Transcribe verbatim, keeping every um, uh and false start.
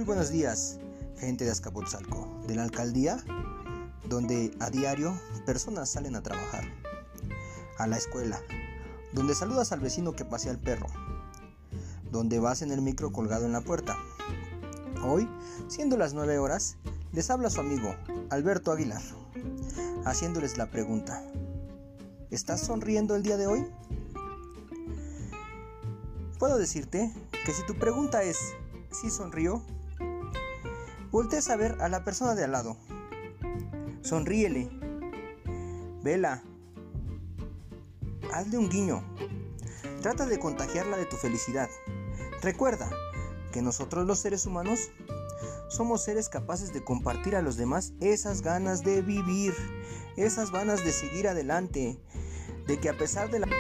buenos días, gente de Azcapotzalco, de la alcaldía, donde a diario personas salen a trabajar, a la escuela, donde saludas al vecino que pasea el perro, donde vas en el micro colgado en la puerta. Hoy, siendo las nueve horas, les habla su amigo Alberto Aguilar, haciéndoles la pregunta: ¿estás sonriendo el día de hoy? Puedo decirte que si tu pregunta es ¿sí sonrío?, voltees a ver a la persona de al lado. Sonríele, vela, hazle un guiño, trata de contagiarla de tu felicidad. Recuerda que nosotros los seres humanos somos seres capaces de compartir a los demás esas ganas de vivir, esas ganas de seguir adelante, de que a pesar de la